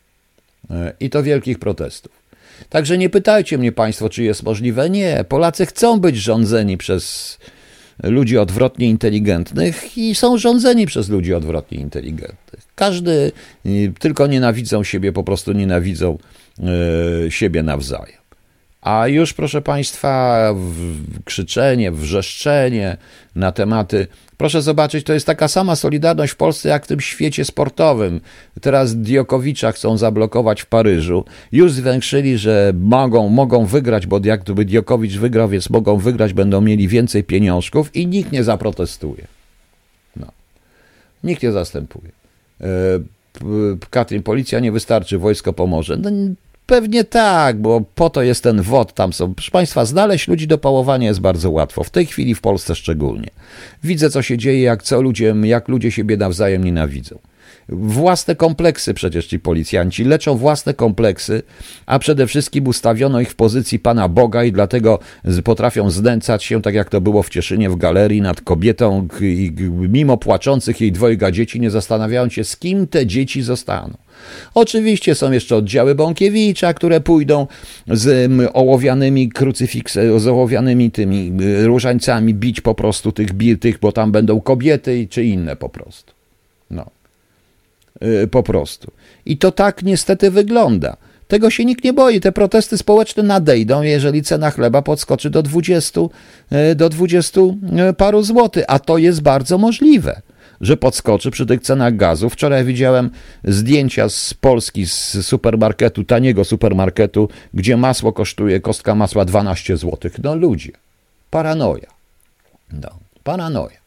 Także nie pytajcie mnie państwo, czy jest możliwe. Nie, Polacy chcą być rządzeni przez ludzi odwrotnie inteligentnych i są rządzeni przez ludzi odwrotnie inteligentnych. Każdy, tylko nienawidzą siebie, po prostu nienawidzą siebie nawzajem. A już, proszę państwa, krzyczenie, wrzeszczenie na tematy Proszę zobaczyć, to jest taka sama solidarność w Polsce jak w tym świecie sportowym. Teraz Diokowicza chcą zablokować w Paryżu. Już zwiększyli, że mogą wygrać, bo jak gdyby Diokowicz wygrał, więc mogą wygrać, będą mieli więcej pieniążków i nikt nie zaprotestuje. No. Nikt nie zastępuje. Katrin, policja nie wystarczy, wojsko pomoże. No, pewnie tak, bo po to jest ten WOT, tam są. Proszę Państwa, znaleźć ludzi do pałowania jest bardzo łatwo, w tej chwili w Polsce szczególnie. Widzę, co się dzieje, jak ludzie siebie nawzajem nienawidzą. Własne kompleksy przecież ci policjanci leczą własne kompleksy, a przede wszystkim ustawiono ich w pozycji Pana Boga i dlatego potrafią znęcać się, tak jak to było w Cieszynie w galerii, nad kobietą i mimo płaczących jej dwojga dzieci, nie zastanawiając się, z kim te dzieci zostaną. Oczywiście są jeszcze oddziały Bąkiewicza, które pójdą z ołowianymi z ołowianymi tymi różańcami bić po prostu tych, bo tam będą kobiety czy inne po prostu. No. Po prostu. I to tak niestety wygląda. Tego się nikt nie boi. Te protesty społeczne nadejdą, jeżeli cena chleba podskoczy do 20 paru złotych, a to jest bardzo możliwe, że podskoczy przy tych cenach gazu. Wczoraj widziałem zdjęcia z Polski, z supermarketu, taniego supermarketu, gdzie masło kosztuje, kostka masła 12 zł. No ludzie, paranoja. No, paranoja.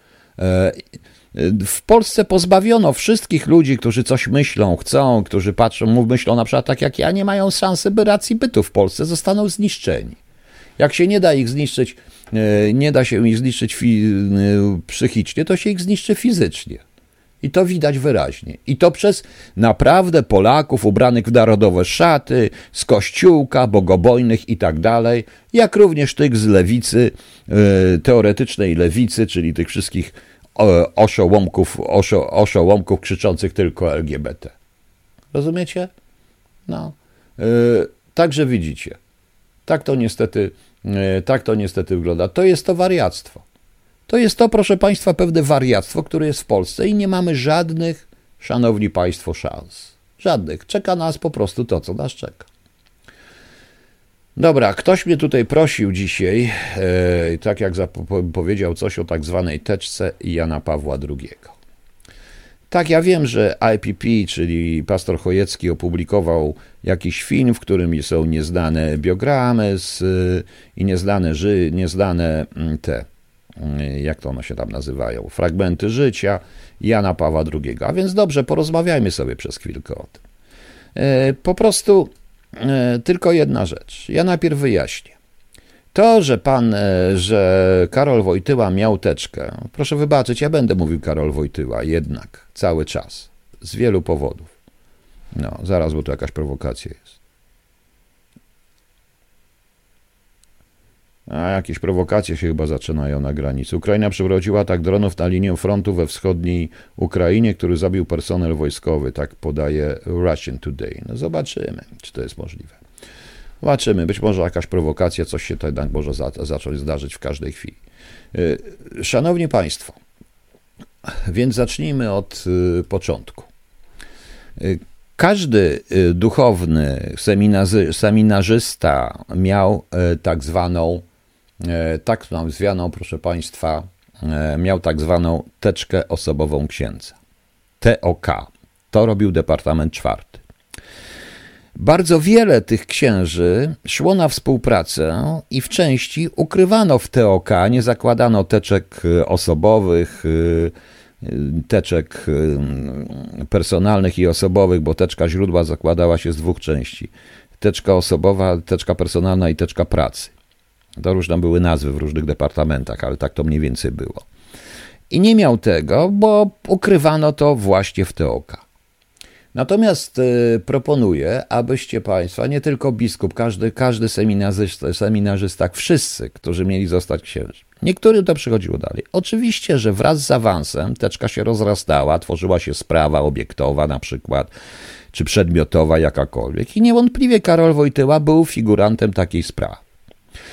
W Polsce pozbawiono wszystkich ludzi, którzy coś myślą, chcą, którzy patrzą, myślą na przykład tak jak ja, nie mają szansy, by racji bytu w Polsce, zostaną zniszczeni. Jak się nie da ich zniszczyć, nie da się ich zniszczyć psychicznie, to się ich zniszczy fizycznie. I to widać wyraźnie. I to przez naprawdę Polaków ubranych w narodowe szaty, z kościółka, bogobojnych i tak dalej, jak również tych z lewicy, teoretycznej lewicy, czyli tych wszystkich oszołomków krzyczących tylko LGBT. Rozumiecie? No. Także widzicie. Tak to niestety wygląda. To jest to wariactwo. To jest to, proszę Państwa, pewne wariactwo, które jest w Polsce i nie mamy żadnych, szanowni Państwo, szans. Żadnych. Czeka nas po prostu to, co nas czeka. Dobra, ktoś mnie tutaj prosił dzisiaj, tak jak powiedział coś o tak zwanej teczce Jana Pawła II. Tak, ja wiem, że IPP, czyli pastor Chojecki, opublikował jakiś film, w którym są nieznane biogramy i nieznane te, jak to one się tam nazywają, fragmenty życia Jana Pawła II. A więc dobrze, porozmawiajmy sobie przez chwilkę o tym. Po prostu tylko jedna rzecz. Ja najpierw wyjaśnię. To, że Karol Wojtyła miał teczkę, proszę wybaczyć, ja będę mówił Karol Wojtyła jednak cały czas, z wielu powodów. No, zaraz, bo tu jakaś prowokacja jest. A jakieś prowokacje się chyba zaczynają na granicy. Ukraina przeprowadziła atak dronów na linię frontu we wschodniej Ukrainie, który zabił personel wojskowy, tak podaje Russian Today. No zobaczymy, czy to jest możliwe. Zobaczymy, być może jakaś prowokacja, coś się jednak może zacząć zdarzyć w każdej chwili. Szanowni Państwo, więc zacznijmy od początku. Każdy duchowny seminarzysta miał tak zwaną, proszę Państwa, miał tak zwaną teczkę osobową księdza. TOK. To robił Departament Czwarty. Bardzo wiele tych księży szło na współpracę i w części ukrywano w TOK, nie zakładano teczek osobowych, teczek personalnych i osobowych, bo teczka źródła zakładała się z dwóch części. Teczka osobowa, teczka personalna i teczka pracy. To różne były nazwy w różnych departamentach, ale tak to mniej więcej było. I nie miał tego, bo ukrywano to właśnie w TOK. Natomiast proponuję, abyście Państwa, nie tylko biskup, każdy seminarzysta, wszyscy, którzy mieli zostać księżmi. Niektórym to przychodziło dalej. Oczywiście, że wraz z awansem teczka się rozrastała, tworzyła się sprawa obiektowa na przykład, czy przedmiotowa jakakolwiek. I niewątpliwie Karol Wojtyła był figurantem takiej sprawy.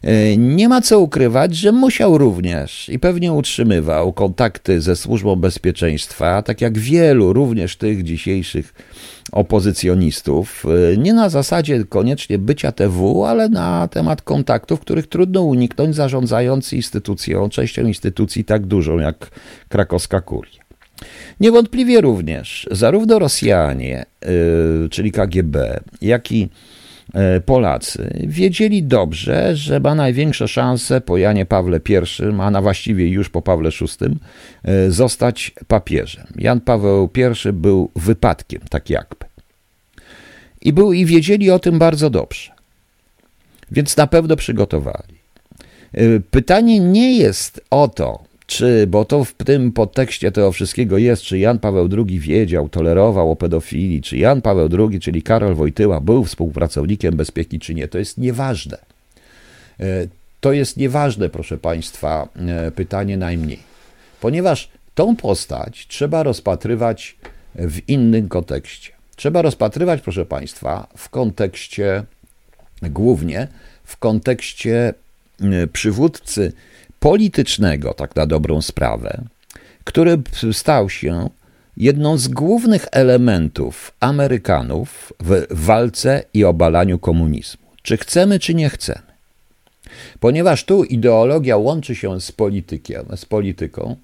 Nie ma co ukrywać, że musiał również i pewnie utrzymywał kontakty ze Służbą Bezpieczeństwa, tak jak wielu również tych dzisiejszych opozycjonistów, nie na zasadzie koniecznie bycia TW, ale na temat kontaktów, których trudno uniknąć, zarządzając instytucją, częścią instytucji tak dużą jak krakowska kuria. Niewątpliwie również zarówno Rosjanie, czyli KGB, jak i Polacy wiedzieli dobrze, że ma największe szanse po Janie Pawle I, a właściwie już po Pawle VI, zostać papieżem. Jan Paweł I był wypadkiem, tak jakby. I wiedzieli o tym bardzo dobrze. Więc na pewno przygotowali. Pytanie nie jest o to, bo to w tym podtekście tego wszystkiego jest, czy Jan Paweł II wiedział, tolerował o pedofilii, czy Jan Paweł II, czyli Karol Wojtyła, był współpracownikiem bezpieki, czy nie. To jest nieważne. To jest nieważne, proszę Państwa, pytanie najmniej. Ponieważ tą postać trzeba rozpatrywać w innym kontekście. Trzeba rozpatrywać, proszę Państwa, w kontekście, głównie w kontekście przywódcy politycznego, tak na dobrą sprawę, który stał się jedną z głównych elementów Amerykanów w walce i obalaniu komunizmu. Czy chcemy, czy nie chcemy. Ponieważ tu ideologia łączy się z polityką.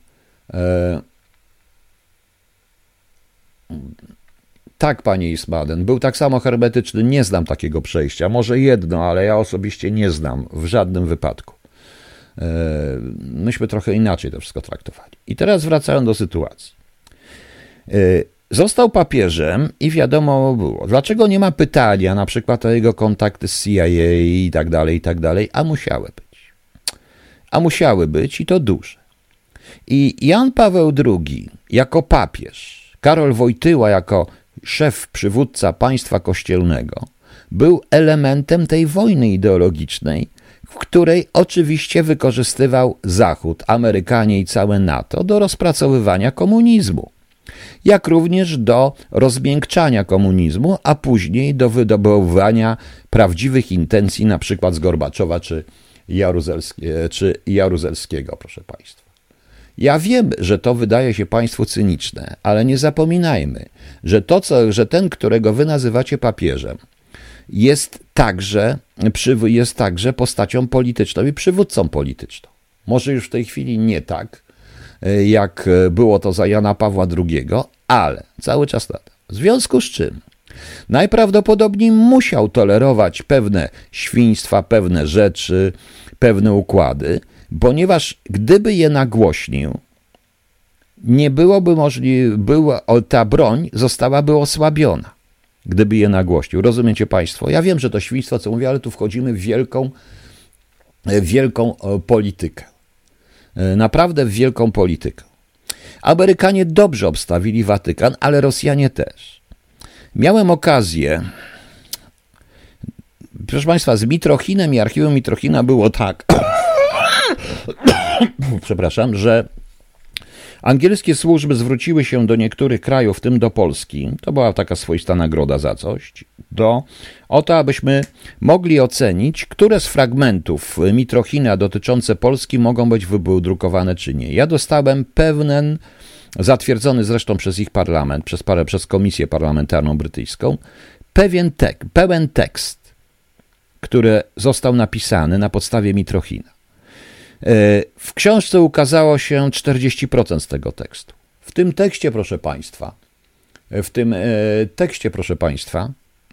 Tak, panie Ismaden, był tak samo hermetyczny, nie znam takiego przejścia, może jedno, ale ja osobiście nie znam w żadnym wypadku. Myśmy trochę inaczej to wszystko traktowali. I teraz wracając do sytuacji. Został papieżem i wiadomo było, dlaczego nie ma pytania na przykład o jego kontakty z CIA i tak dalej, a musiały być. A musiały być i to duże. I Jan Paweł II jako papież, Karol Wojtyła jako szef, przywódca państwa kościelnego był elementem tej wojny ideologicznej, w której oczywiście wykorzystywał Zachód, Amerykanie i całe NATO do rozpracowywania komunizmu, jak również do rozmiękczania komunizmu, a później do wydobywania prawdziwych intencji, na przykład z Gorbaczowa czy Jaruzelskiego, proszę Państwa. Ja wiem, że to wydaje się Państwu cyniczne, ale nie zapominajmy, że ten, którego wy nazywacie papieżem, jest także postacią polityczną i przywódcą polityczną. Może już w tej chwili nie tak, jak było to za Jana Pawła II, ale cały czas tak. W związku z czym najprawdopodobniej musiał tolerować pewne świństwa, pewne rzeczy, pewne układy, ponieważ gdyby je nagłośnił, nie byłoby możliwe, ta broń zostałaby osłabiona, gdyby je nagłośnił. Rozumiecie Państwo? Ja wiem, że to świństwo, co mówię, ale tu wchodzimy w wielką politykę. Naprawdę w wielką politykę. Amerykanie dobrze obstawili Watykan, ale Rosjanie też. Miałem okazję, proszę Państwa, z Mitrochinem i archiwum Mitrochina było tak, przepraszam, że angielskie służby zwróciły się do niektórych krajów, w tym do Polski, to była taka swoista nagroda za coś, o to, abyśmy mogli ocenić, które z fragmentów Mitrochina dotyczące Polski mogą być wydrukowane czy nie. Ja dostałem pewien, zatwierdzony zresztą przez ich parlament, przez komisję parlamentarną brytyjską, pełen tekst, który został napisany na podstawie Mitrochina. W książce ukazało się 40% z tego tekstu. W tym tekście, proszę Państwa,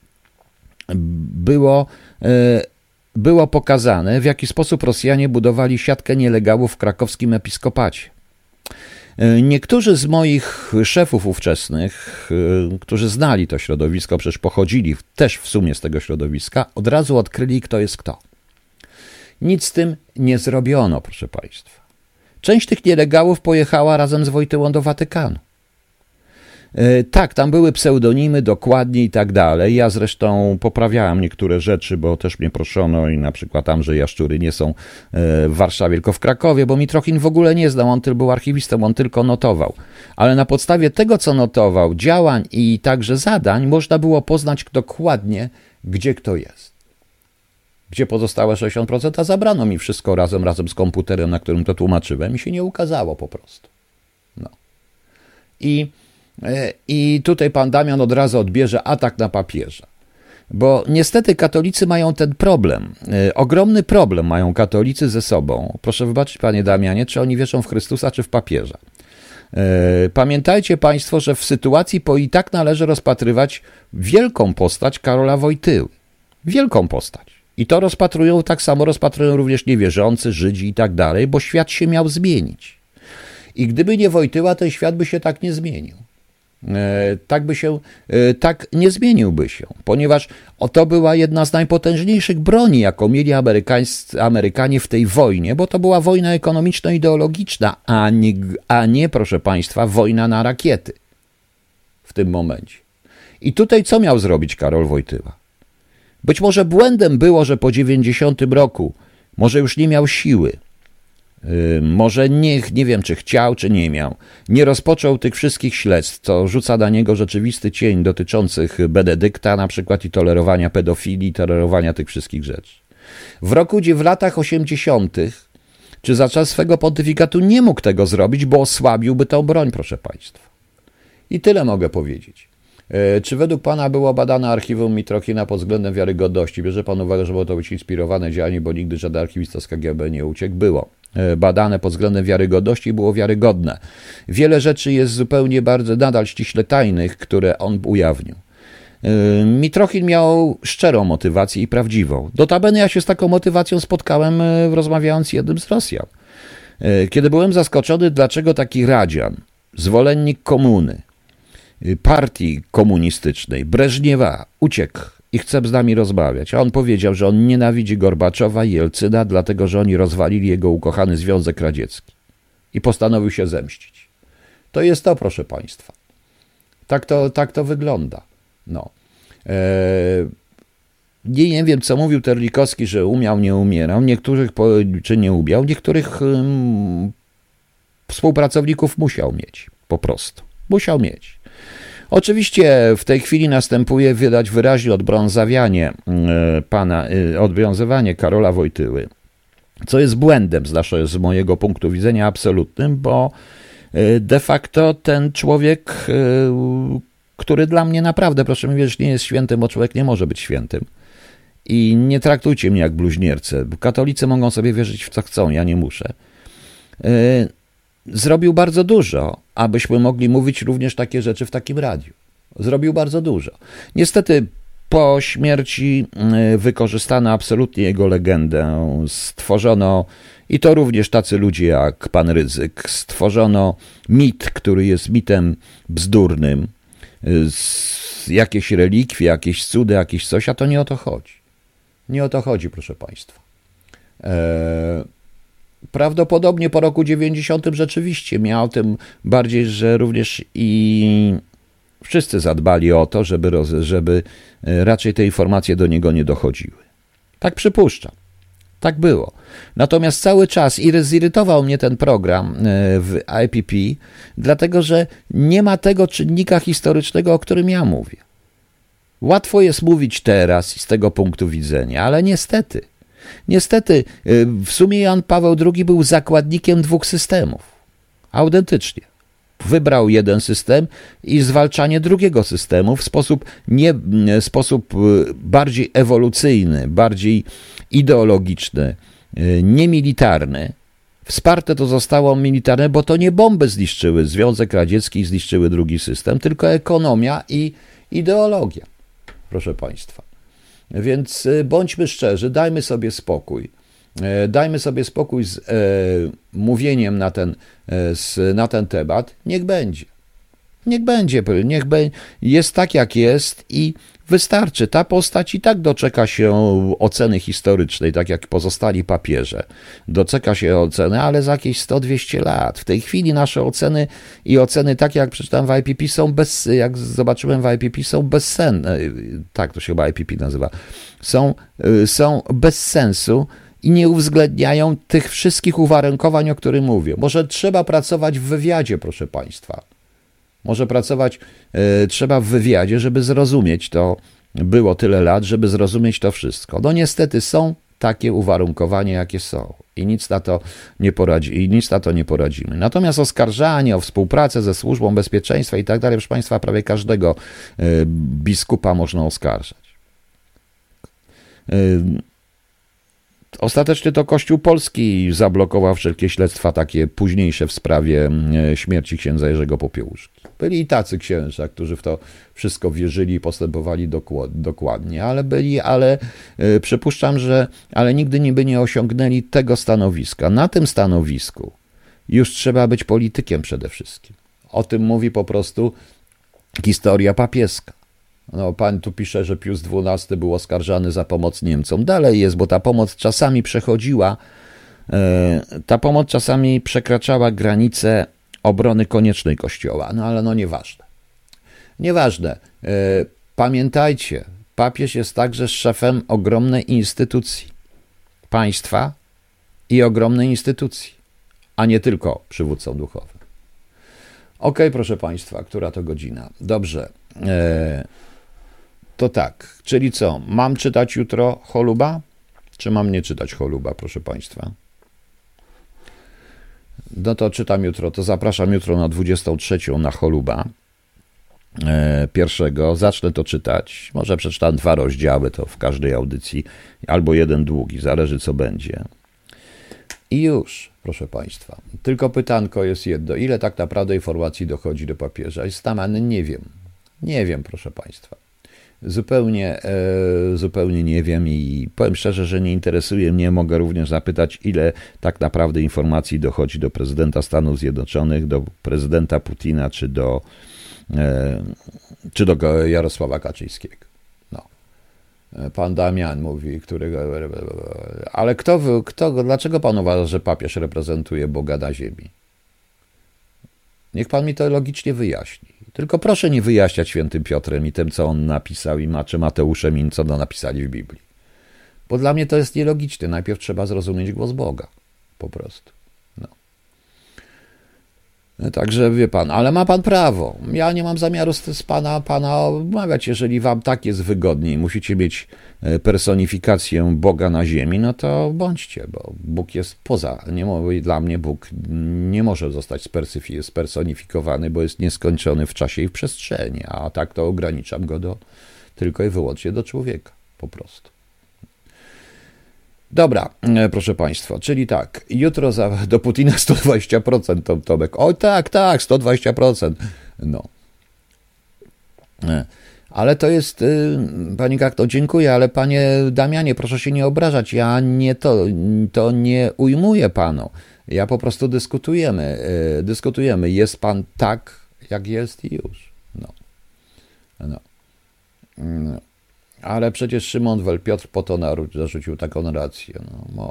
było pokazane, w jaki sposób Rosjanie budowali siatkę nielegalów w krakowskim episkopacie. Niektórzy z moich szefów ówczesnych, którzy znali to środowisko, przecież pochodzili też w sumie z tego środowiska, od razu odkryli, kto jest kto. Nic z tym nie zrobiono, proszę Państwa. Część tych nielegalów pojechała razem z Wojtyłą do Watykanu. Tak, tam były pseudonimy dokładnie i tak dalej. Ja zresztą poprawiałem niektóre rzeczy, bo też mnie proszono i na przykład Andrzej Jaszczury nie są w Warszawie, tylko w Krakowie, bo Mitrochin w ogóle nie znał, on był archiwistą, on tylko notował. Ale na podstawie tego, co notował, działań i także zadań, można było poznać dokładnie, gdzie kto jest. Gdzie pozostałe 60%? A zabrano mi wszystko razem z komputerem, na którym to tłumaczyłem i się nie ukazało po prostu. No. I tutaj pan Damian od razu odbierze atak na papieża. Bo niestety katolicy mają ten problem. Ogromny problem mają katolicy ze sobą. Proszę wybaczyć, panie Damianie, czy oni wierzą w Chrystusa, czy w papieża. Pamiętajcie państwo, że w sytuacji i tak należy rozpatrywać wielką postać Karola Wojtyły. Wielką postać. I to tak samo rozpatrują również niewierzący, Żydzi i tak dalej, bo świat się miał zmienić. I gdyby nie Wojtyła, ten świat by się tak nie zmienił. Tak nie zmieniłby się, ponieważ to była jedna z najpotężniejszych broni, jaką mieli Amerykanie w tej wojnie, bo to była wojna ekonomiczno-ideologiczna, a nie, proszę państwa, wojna na rakiety w tym momencie. I tutaj co miał zrobić Karol Wojtyła? Być może błędem było, że po 90 roku może już nie miał siły, może nie wiem, czy chciał, czy nie miał. Nie rozpoczął tych wszystkich śledztw, co rzuca na niego rzeczywisty cień dotyczących Benedykta na przykład i tolerowania pedofilii, tolerowania tych wszystkich rzeczy. W latach 80. czy za czas swego pontyfikatu nie mógł tego zrobić, bo osłabiłby tą broń, proszę państwa. I tyle mogę powiedzieć. Czy według pana było badane archiwum Mitrochina pod względem wiarygodności? Bierze pan uwagę, że było to być inspirowane działanie, bo nigdy żaden archiwista z KGB nie uciekł? Było. Badane pod względem wiarygodności, było wiarygodne. Wiele rzeczy jest zupełnie nadal ściśle tajnych, które on ujawnił. Mitrochin miał szczerą motywację i prawdziwą. Notabene ja się z taką motywacją spotkałem, rozmawiając z jednym z Rosjan. Kiedy byłem zaskoczony, dlaczego taki Radzian, zwolennik komuny, partii komunistycznej, Breżniewa, uciekł i chce z nami rozmawiać. A on powiedział, że on nienawidzi Gorbaczowa i Jelcyna, dlatego że oni rozwalili jego ukochany Związek Radziecki. I postanowił się zemścić. To jest to, proszę państwa. Tak to wygląda. No. Nie wiem, co mówił Terlikowski, że umiał, nie umierał. Niektórych, czy nie umiał, niektórych współpracowników musiał mieć. Po prostu. Musiał mieć. Oczywiście w tej chwili następuje widać wyraźnie odbrązowanie Karola Wojtyły, co jest błędem z mojego punktu widzenia absolutnym, bo de facto ten człowiek, który dla mnie naprawdę, proszę mi wierzyć, nie jest świętym, bo człowiek nie może być świętym. I nie traktujcie mnie jak bluźniercę. Katolicy mogą sobie wierzyć w co chcą, ja nie muszę. Zrobił bardzo dużo, abyśmy mogli mówić również takie rzeczy w takim radiu. Zrobił bardzo dużo. Niestety po śmierci wykorzystano absolutnie jego legendę. Stworzono, i to również tacy ludzie jak pan Rydzyk, stworzono mit, który jest mitem bzdurnym. Jakieś relikwie, jakieś cudy, jakieś coś, a to nie o to chodzi. Nie o to chodzi, proszę państwa. Prawdopodobnie po roku 90 rzeczywiście miał, tym bardziej, że również i wszyscy zadbali o to, żeby raczej te informacje do niego nie dochodziły. Tak przypuszczam. Tak było. Natomiast cały czas zirytował mnie ten program w IPP, dlatego że nie ma tego czynnika historycznego, o którym ja mówię. Łatwo jest mówić teraz z tego punktu widzenia, ale niestety w sumie Jan Paweł II był zakładnikiem dwóch systemów. Autentycznie. Wybrał jeden system i zwalczanie drugiego systemu w sposób bardziej ewolucyjny, bardziej ideologiczny, niemilitarny. Wsparte to zostało militarne, bo to nie bomby zniszczyły Związek Radziecki i zniszczyły drugi system, tylko ekonomia i ideologia, proszę państwa. Więc bądźmy szczerzy, dajmy sobie spokój. Dajmy sobie spokój z mówieniem na ten temat. Niech będzie. Jest tak, jak jest i wystarczy. Ta postać i tak doczeka się oceny historycznej, tak jak pozostali papieże. Doczeka się oceny, ale za jakieś 100-200 lat. W tej chwili nasze oceny i oceny takie, jak przeczytam w IPP, jak zobaczyłem w IPP, są bezsenne. Tak to się chyba IPP nazywa. Są bez sensu i nie uwzględniają tych wszystkich uwarunkowań, o których mówię. Może trzeba pracować w wywiadzie, proszę państwa. Może trzeba w wywiadzie, żeby zrozumieć to, było tyle lat, żeby zrozumieć to wszystko. No niestety są takie uwarunkowania, jakie są. I nic na to nie poradzimy. Natomiast oskarżanie o współpracę ze Służbą Bezpieczeństwa i tak dalej, proszę Państwa, prawie każdego biskupa można oskarżać. Ostatecznie to Kościół Polski zablokował wszelkie śledztwa takie późniejsze w sprawie śmierci księdza Jerzego Popiełuszki. Byli i tacy księża, którzy w to wszystko wierzyli i postępowali dokładnie, ale przypuszczam, że nigdy nie osiągnęli tego stanowiska. Na tym stanowisku już trzeba być politykiem przede wszystkim. O tym mówi po prostu historia papieska. No, pan tu pisze, że Pius XII był oskarżany za pomoc Niemcom. Dalej jest, bo ta pomoc czasami przekraczała granice obrony koniecznej Kościoła. No ale nieważne. Nieważne. Pamiętajcie, papież jest także szefem ogromnej instytucji państwa i ogromnej instytucji, a nie tylko przywódcą duchowym. Okej, proszę Państwa, która to godzina? Dobrze. To tak, czyli co? Mam czytać jutro Choluba? Czy mam nie czytać Choluba, proszę Państwa? No to czytam jutro, to zapraszam jutro na 23 na Choluba pierwszego. Zacznę to czytać. Może przeczytam 2 rozdziały, to w każdej audycji, albo 1 długi, zależy co będzie. I już, proszę Państwa. Tylko pytanko jest jedno. Ile tak naprawdę informacji dochodzi do papieża? I sam nie wiem. Nie wiem, proszę Państwa. Zupełnie nie wiem i powiem szczerze, że nie interesuje mnie. Mogę również zapytać, ile tak naprawdę informacji dochodzi do prezydenta Stanów Zjednoczonych, do prezydenta Putina, czy do Jarosława Kaczyńskiego. No. Pan Damian mówi, ale dlaczego pan uważa, że papież reprezentuje Boga na ziemi? Niech pan mi to logicznie wyjaśni. Tylko proszę nie wyjaśniać świętym Piotrem i tym, co on napisał, czy Mateuszem, i co napisali w Biblii. Bo dla mnie to jest nielogiczne. Najpierw trzeba zrozumieć głos Boga. Po prostu. No. Także wie pan, ale ma pan prawo. Ja nie mam zamiaru z pana odmawiać. Jeżeli wam tak jest wygodniej, musicie mieć personifikację Boga na ziemi, no to bądźcie, bo Bóg jest poza. Dla mnie Bóg nie może zostać spersonifikowany, bo jest nieskończony w czasie i w przestrzeni, a tak to ograniczam go tylko i wyłącznie do człowieka, po prostu. Dobra, proszę Państwa, czyli tak, jutro do Putina 120%, Tomek. O tak, 120%. No. Ale to jest, Pani Gakto, dziękuję, ale Panie Damianie, proszę się nie obrażać, ja to nie ujmuję Panu. Ja po prostu dyskutujemy. Jest Pan tak, jak jest i już. No. Ale przecież Szymon Piotr po to zarzucił taką narrację. No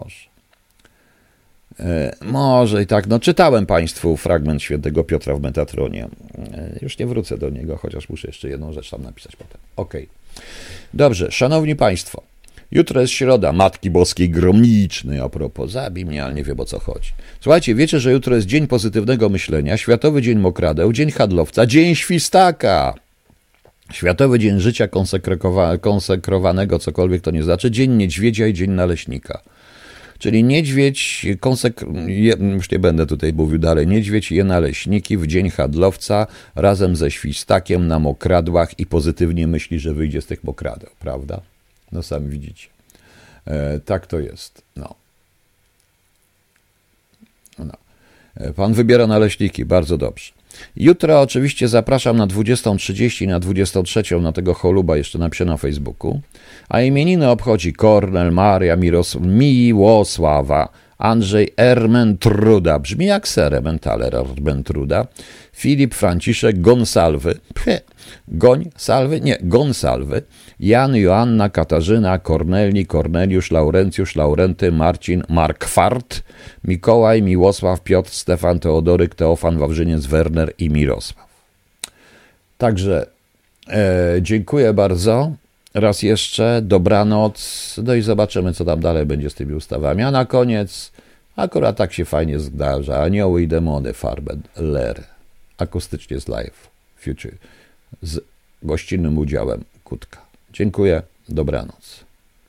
może i tak. No czytałem Państwu fragment świętego Piotra w Metatronie. Już nie wrócę do niego, chociaż muszę jeszcze jedną rzecz tam napisać potem. Okej. Dobrze, szanowni Państwo. Jutro jest środa Matki Boskiej Gromnicznej. A propos, zabij mnie, ale nie wiem o co chodzi. Słuchajcie, wiecie, że jutro jest Dzień Pozytywnego Myślenia, Światowy Dzień Mokradeł, Dzień Handlowca, Dzień Świstaka. Światowy Dzień Życia konsekrowanego, cokolwiek to nie znaczy, Dzień Niedźwiedzia i Dzień Naleśnika. Czyli niedźwiedź, już nie będę tutaj mówił dalej, niedźwiedź je naleśniki w Dzień Handlowca razem ze świstakiem na mokradłach i pozytywnie myśli, że wyjdzie z tych mokradeł, prawda? No sami widzicie. Tak to jest. No. Pan wybiera naleśniki, bardzo dobrze. Jutro oczywiście zapraszam na 20:30 i na 23 na tego Choluba, jeszcze napiszę na Facebooku. A imieniny obchodzi Kornel, Maria, Miłosława, Andrzej Ermentruda, brzmi jak Sir Emmentaler Ermentruda, Filip Franciszek Gonsalwy, Jan, Joanna, Katarzyna, Korneli, Korneliusz, Laurencjusz, Laurenty, Marcin, Markwart, Mikołaj, Miłosław, Piotr, Stefan, Teodoryk, Teofan, Wawrzyniec, Werner i Mirosław. Także dziękuję bardzo. Raz jeszcze, dobranoc, no i zobaczymy, co tam dalej będzie z tymi ustawami. A na koniec, akurat tak się fajnie zdarza, Anioły i Demony, Farben, Ler, akustycznie z Live Future, z gościnnym udziałem Kutka. Dziękuję, dobranoc.